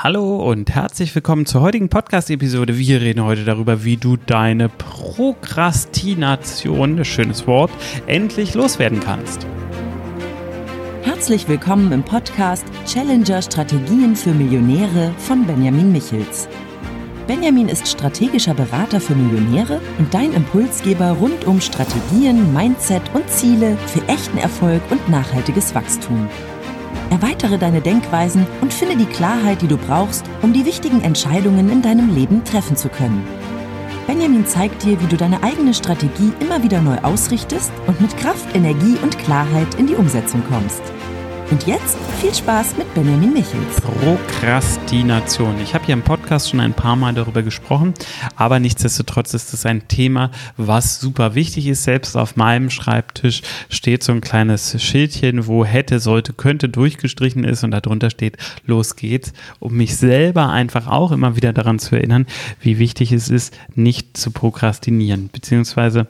Hallo und herzlich willkommen zur heutigen Podcast-Episode. Wir reden heute darüber, wie du deine Prokrastination, schönes Wort, endlich loswerden kannst. Herzlich willkommen im Podcast Challenger Strategien für Millionäre von Benjamin Michels. Benjamin ist strategischer Berater für Millionäre und dein Impulsgeber rund um Strategien, Mindset und Ziele für echten Erfolg und nachhaltiges Wachstum. Erweitere deine Denkweisen und finde die Klarheit, die du brauchst, um die wichtigen Entscheidungen in deinem Leben treffen zu können. Benjamin zeigt dir, wie du deine eigene Strategie immer wieder neu ausrichtest und mit Kraft, Energie und Klarheit in die Umsetzung kommst. Und jetzt viel Spaß mit Benjamin Michels. Prokrastination. Ich habe hier im Podcast schon ein paar Mal darüber gesprochen, aber nichtsdestotrotz ist es ein Thema, was super wichtig ist. Selbst auf meinem Schreibtisch steht so ein kleines Schildchen, wo hätte, sollte, könnte durchgestrichen ist und darunter steht, los geht's, um mich selber einfach auch immer wieder daran zu erinnern, wie wichtig es ist, nicht zu prokrastinieren, beziehungsweise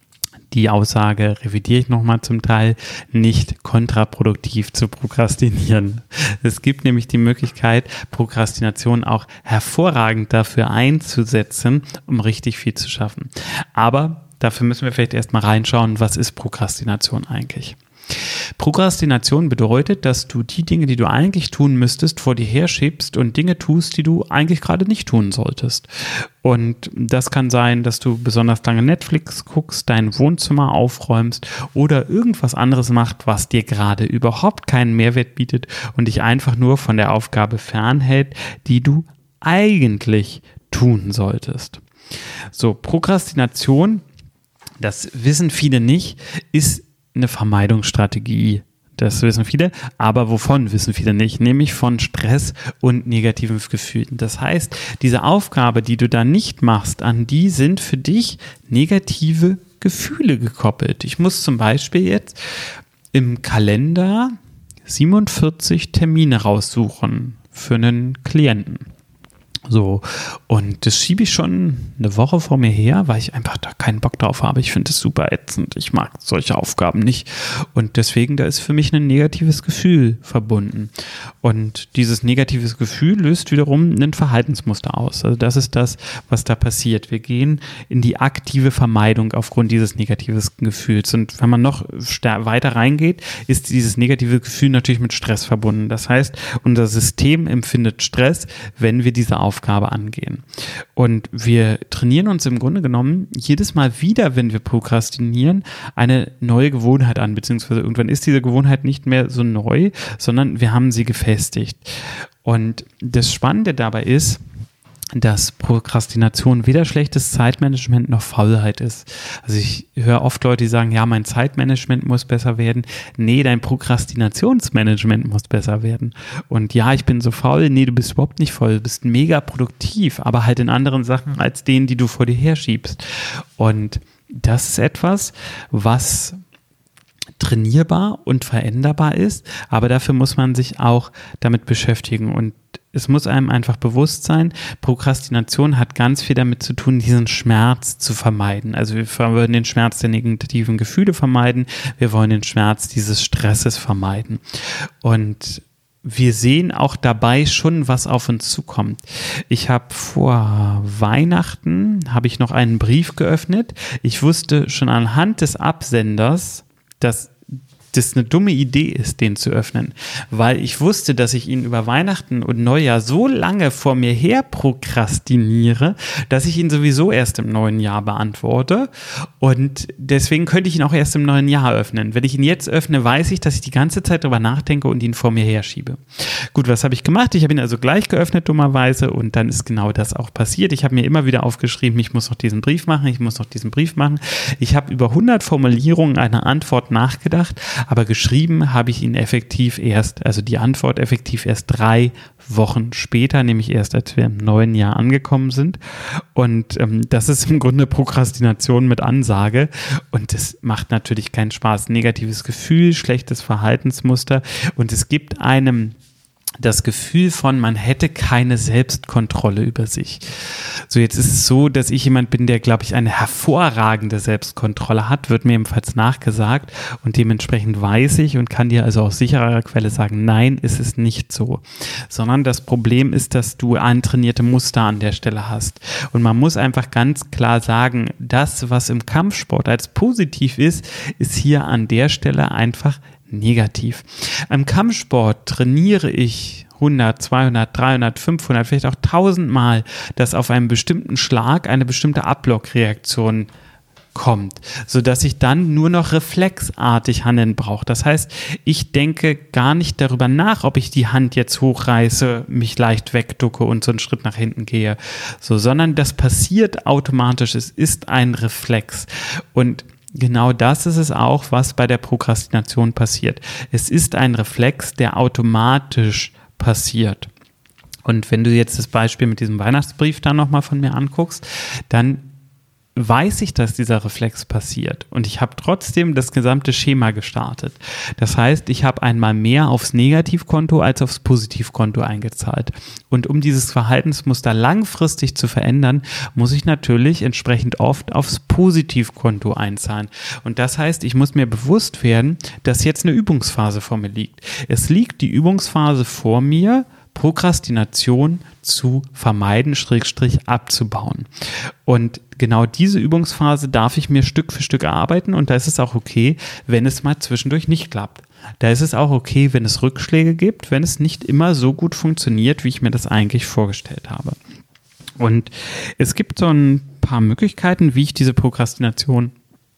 die Aussage revidiere ich nochmal zum Teil, nicht kontraproduktiv zu prokrastinieren. Es gibt nämlich die Möglichkeit, Prokrastination auch hervorragend dafür einzusetzen, um richtig viel zu schaffen. Aber dafür müssen wir vielleicht erstmal reinschauen, was ist Prokrastination eigentlich? Prokrastination bedeutet, dass du die Dinge, die du eigentlich tun müsstest, vor dir herschiebst und Dinge tust, die du eigentlich gerade nicht tun solltest. Und das kann sein, dass du besonders lange Netflix guckst, dein Wohnzimmer aufräumst oder irgendwas anderes machst, was dir gerade überhaupt keinen Mehrwert bietet und dich einfach nur von der Aufgabe fernhält, die du eigentlich tun solltest. So, Prokrastination, das wissen viele nicht, ist eine Vermeidungsstrategie. Das wissen viele, aber wovon wissen viele nicht? Nämlich von Stress und negativen Gefühlen. Das heißt, diese Aufgabe, die du da nicht machst, an die sind für dich negative Gefühle gekoppelt. Ich muss zum Beispiel jetzt im Kalender 47 Termine raussuchen für einen Klienten. So, und das schiebe ich schon eine Woche vor mir her, weil ich einfach da keinen Bock drauf habe. Ich finde es super ätzend. Ich mag solche Aufgaben nicht. Und deswegen, da ist für mich ein negatives Gefühl verbunden. Und dieses negatives Gefühl löst wiederum ein Verhaltensmuster aus. Also das ist das, was da passiert. Wir gehen in die aktive Vermeidung aufgrund dieses negativen Gefühls. Und wenn man noch weiter reingeht, ist dieses negative Gefühl natürlich mit Stress verbunden. Das heißt, unser System empfindet Stress, wenn wir diese Aufgabe angehen. Und wir trainieren uns im Grunde genommen jedes Mal wieder, wenn wir prokrastinieren, eine neue Gewohnheit an, beziehungsweise irgendwann ist diese Gewohnheit nicht mehr so neu, sondern wir haben sie gefestigt. Und das Spannende dabei ist, dass Prokrastination weder schlechtes Zeitmanagement noch Faulheit ist. Also ich höre oft Leute, die sagen, ja, mein Zeitmanagement muss besser werden. Nee, dein Prokrastinationsmanagement muss besser werden. Und ja, ich bin so faul. Nee, du bist überhaupt nicht faul. Du bist mega produktiv, aber halt in anderen Sachen als denen, die du vor dir herschiebst. Und das ist etwas, was trainierbar und veränderbar ist, aber dafür muss man sich auch damit beschäftigen und es muss einem einfach bewusst sein, Prokrastination hat ganz viel damit zu tun, diesen Schmerz zu vermeiden. Also wir wollen den Schmerz der negativen Gefühle vermeiden, wir wollen den Schmerz dieses Stresses vermeiden und wir sehen auch dabei schon, was auf uns zukommt. Ich habe vor Weihnachten, noch einen Brief geöffnet. Ich wusste schon anhand des Absenders, dass das eine dumme Idee ist, den zu öffnen, weil ich wusste, dass ich ihn über Weihnachten und Neujahr so lange vor mir her prokrastiniere, dass ich ihn sowieso erst im neuen Jahr beantworte und deswegen könnte ich ihn auch erst im neuen Jahr öffnen. Wenn ich ihn jetzt öffne, weiß ich, dass ich die ganze Zeit darüber nachdenke und ihn vor mir herschiebe. Gut, was habe ich gemacht? Ich habe ihn also gleich geöffnet, dummerweise, und dann ist genau das auch passiert. Ich habe mir immer wieder aufgeschrieben, ich muss noch diesen Brief machen, ich muss noch diesen Brief machen. Ich habe über 100 Formulierungen einer Antwort nachgedacht, aber geschrieben habe ich ihn die Antwort effektiv erst 3 Wochen später, nämlich erst als wir im neuen Jahr angekommen sind. Und das ist im Grunde Prokrastination mit Ansage und das macht natürlich keinen Spaß. Negatives Gefühl, schlechtes Verhaltensmuster und es gibt einem das Gefühl von, man hätte keine Selbstkontrolle über sich. So, jetzt ist es so, dass ich jemand bin, der, glaube ich, eine hervorragende Selbstkontrolle hat, wird mir ebenfalls nachgesagt und dementsprechend weiß ich und kann dir also aus sicherer Quelle sagen, nein, ist es nicht so. Sondern das Problem ist, dass du antrainierte Muster an der Stelle hast. Und man muss einfach ganz klar sagen, das, was im Kampfsport als positiv ist hier an der Stelle einfach negativ. Im Kampfsport trainiere ich 100, 200, 300, 500, vielleicht auch 1000 Mal, dass auf einen bestimmten Schlag eine bestimmte Ablockreaktion kommt, sodass ich dann nur noch reflexartig handeln brauche. Das heißt, ich denke gar nicht darüber nach, ob ich die Hand jetzt hochreiße, mich leicht wegducke und so einen Schritt nach hinten gehe, sondern das passiert automatisch. Es ist ein Reflex. Und genau das ist es auch, was bei der Prokrastination passiert. Es ist ein Reflex, der automatisch passiert. Und wenn du jetzt das Beispiel mit diesem Weihnachtsbrief da nochmal von mir anguckst, dann weiß ich, dass dieser Reflex passiert und ich habe trotzdem das gesamte Schema gestartet. Das heißt, ich habe einmal mehr aufs Negativkonto als aufs Positivkonto eingezahlt. Und um dieses Verhaltensmuster langfristig zu verändern, muss ich natürlich entsprechend oft aufs Positivkonto einzahlen. Und das heißt, ich muss mir bewusst werden, dass jetzt eine Übungsphase vor mir liegt. Es liegt die Übungsphase vor mir, Prokrastination zu vermeiden, / abzubauen. Und genau diese Übungsphase darf ich mir Stück für Stück erarbeiten und da ist es auch okay, wenn es mal zwischendurch nicht klappt. Da ist es auch okay, wenn es Rückschläge gibt, wenn es nicht immer so gut funktioniert, wie ich mir das eigentlich vorgestellt habe. Und es gibt so ein paar Möglichkeiten, wie ich diese Prokrastination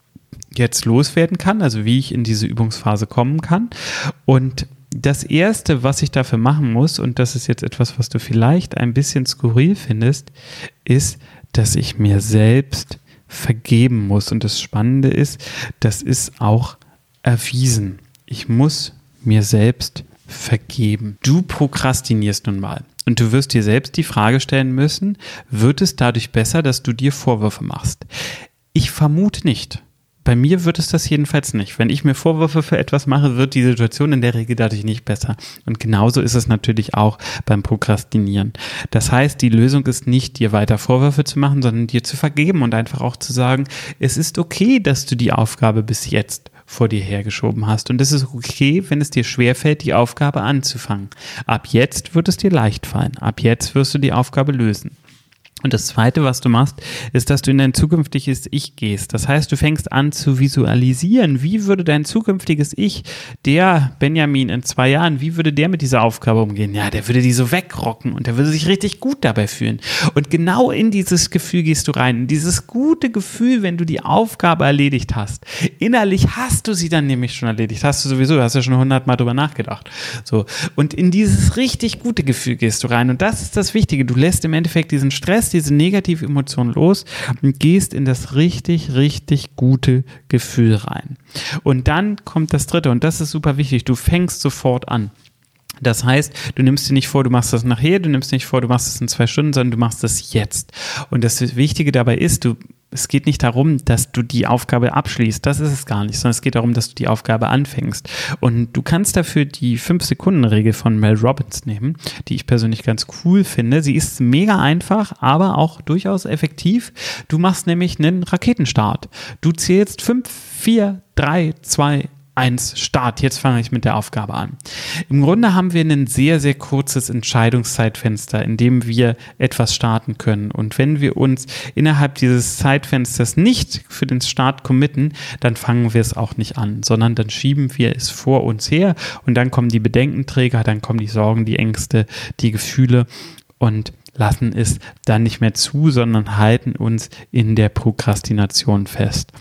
jetzt loswerden kann, also wie ich in diese Übungsphase kommen kann. Und das Erste, was ich dafür machen muss, und das ist jetzt etwas, was du vielleicht ein bisschen skurril findest, ist, dass ich mir selbst vergeben muss. Und das Spannende ist, das ist auch erwiesen. Ich muss mir selbst vergeben. Du prokrastinierst nun mal. Und du wirst dir selbst die Frage stellen müssen, wird es dadurch besser, dass du dir Vorwürfe machst? Ich vermute nicht. Bei mir wird es das jedenfalls nicht. Wenn ich mir Vorwürfe für etwas mache, wird die Situation in der Regel dadurch nicht besser. Und genauso ist es natürlich auch beim Prokrastinieren. Das heißt, die Lösung ist nicht, dir weiter Vorwürfe zu machen, sondern dir zu vergeben und einfach auch zu sagen, es ist okay, dass du die Aufgabe bis jetzt vor dir hergeschoben hast. Und es ist okay, wenn es dir schwerfällt, die Aufgabe anzufangen. Ab jetzt wird es dir leicht fallen. Ab jetzt wirst du die Aufgabe lösen. Und das Zweite, was du machst, ist, dass du in dein zukünftiges Ich gehst. Das heißt, du fängst an zu visualisieren. Wie würde dein zukünftiges Ich, der Benjamin in 2 Jahren, wie würde der mit dieser Aufgabe umgehen? Ja, der würde die so wegrocken und der würde sich richtig gut dabei fühlen. Und genau in dieses Gefühl gehst du rein. In dieses gute Gefühl, wenn du die Aufgabe erledigt hast. Innerlich hast du sie dann nämlich schon erledigt. Hast du ja schon 100 Mal drüber nachgedacht. So. Und in dieses richtig gute Gefühl gehst du rein. Und das ist das Wichtige. Du lässt im Endeffekt diesen Stress, diese negative Emotion los und gehst in das richtig, richtig gute Gefühl rein. Und dann kommt das Dritte und das ist super wichtig, du fängst sofort an. Das heißt, du nimmst dir nicht vor, du machst das nachher, du nimmst nicht vor, du machst es in 2 Stunden, sondern du machst es jetzt. Und das Wichtige dabei ist, es geht nicht darum, dass du die Aufgabe abschließt, das ist es gar nicht, sondern es geht darum, dass du die Aufgabe anfängst. Und du kannst dafür die 5-Sekunden-Regel von Mel Robbins nehmen, die ich persönlich ganz cool finde. Sie ist mega einfach, aber auch durchaus effektiv. Du machst nämlich einen Raketenstart. Du zählst 5, 4, 3, 2, 1, Start. Jetzt fange ich mit der Aufgabe an. Im Grunde haben wir ein sehr, sehr kurzes Entscheidungszeitfenster, in dem wir etwas starten können. Und wenn wir uns innerhalb dieses Zeitfensters nicht für den Start committen, dann fangen wir es auch nicht an, sondern dann schieben wir es vor uns her und dann kommen die Bedenkenträger, dann kommen die Sorgen, die Ängste, die Gefühle und lassen es dann nicht mehr zu, sondern halten uns in der Prokrastination fest.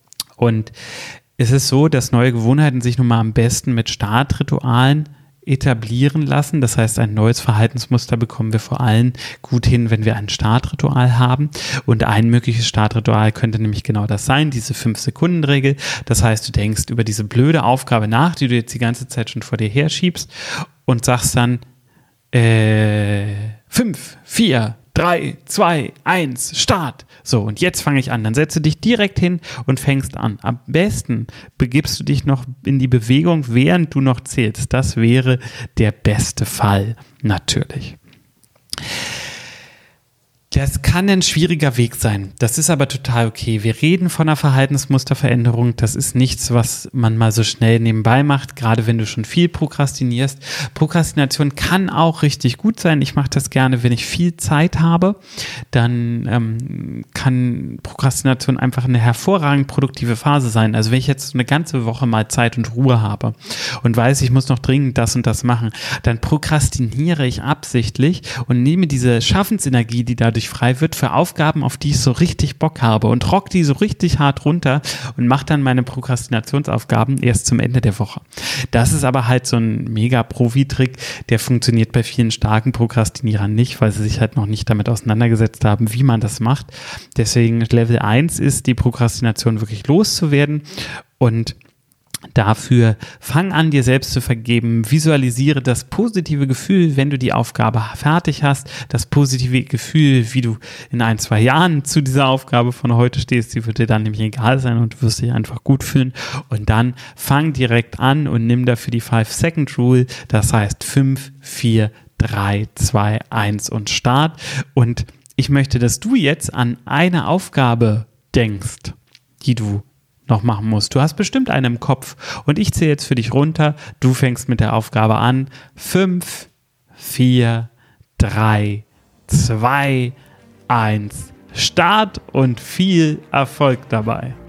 Und es ist so, dass neue Gewohnheiten sich nun mal am besten mit Startritualen etablieren lassen. Das heißt, ein neues Verhaltensmuster bekommen wir vor allem gut hin, wenn wir ein Startritual haben. Und ein mögliches Startritual könnte nämlich genau das sein, diese 5-Sekunden-Regel. Das heißt, du denkst über diese blöde Aufgabe nach, die du jetzt die ganze Zeit schon vor dir herschiebst und sagst dann 5, 4, 3, 2, 1, Start. So, und jetzt fange ich an. Dann setze dich direkt hin und fängst an. Am besten begibst du dich noch in die Bewegung, während du noch zählst. Das wäre der beste Fall, natürlich. Das kann ein schwieriger Weg sein. Das ist aber total okay. Wir reden von einer Verhaltensmusterveränderung. Das ist nichts, was man mal so schnell nebenbei macht, gerade wenn du schon viel prokrastinierst. Prokrastination kann auch richtig gut sein. Ich mache das gerne, wenn ich viel Zeit habe. Dann kann Prokrastination einfach eine hervorragend produktive Phase sein. Also wenn ich jetzt eine ganze Woche mal Zeit und Ruhe habe und weiß, ich muss noch dringend das und das machen, dann prokrastiniere ich absichtlich und nehme diese Schaffensenergie, die dadurch frei wird, für Aufgaben, auf die ich so richtig Bock habe und rock die so richtig hart runter und mache dann meine Prokrastinationsaufgaben erst zum Ende der Woche. Das ist aber halt so ein mega Profi-Trick, der funktioniert bei vielen starken Prokrastinierern nicht, weil sie sich halt noch nicht damit auseinandergesetzt haben, wie man das macht. Deswegen Level 1 ist, die Prokrastination wirklich loszuwerden und dafür fang an, dir selbst zu vergeben, visualisiere das positive Gefühl, wenn du die Aufgabe fertig hast, das positive Gefühl, wie du in 1-2 Jahren zu dieser Aufgabe von heute stehst, die wird dir dann nämlich egal sein und du wirst dich einfach gut fühlen und dann fang direkt an und nimm dafür die 5-Second-Rule, das heißt 5, 4, 3, 2, 1 und Start und ich möchte, dass du jetzt an eine Aufgabe denkst, die du noch machen musst. Du hast bestimmt eine im Kopf und ich zähle jetzt für dich runter. Du fängst mit der Aufgabe an. 5, 4, 3, 2, 1, Start und viel Erfolg dabei.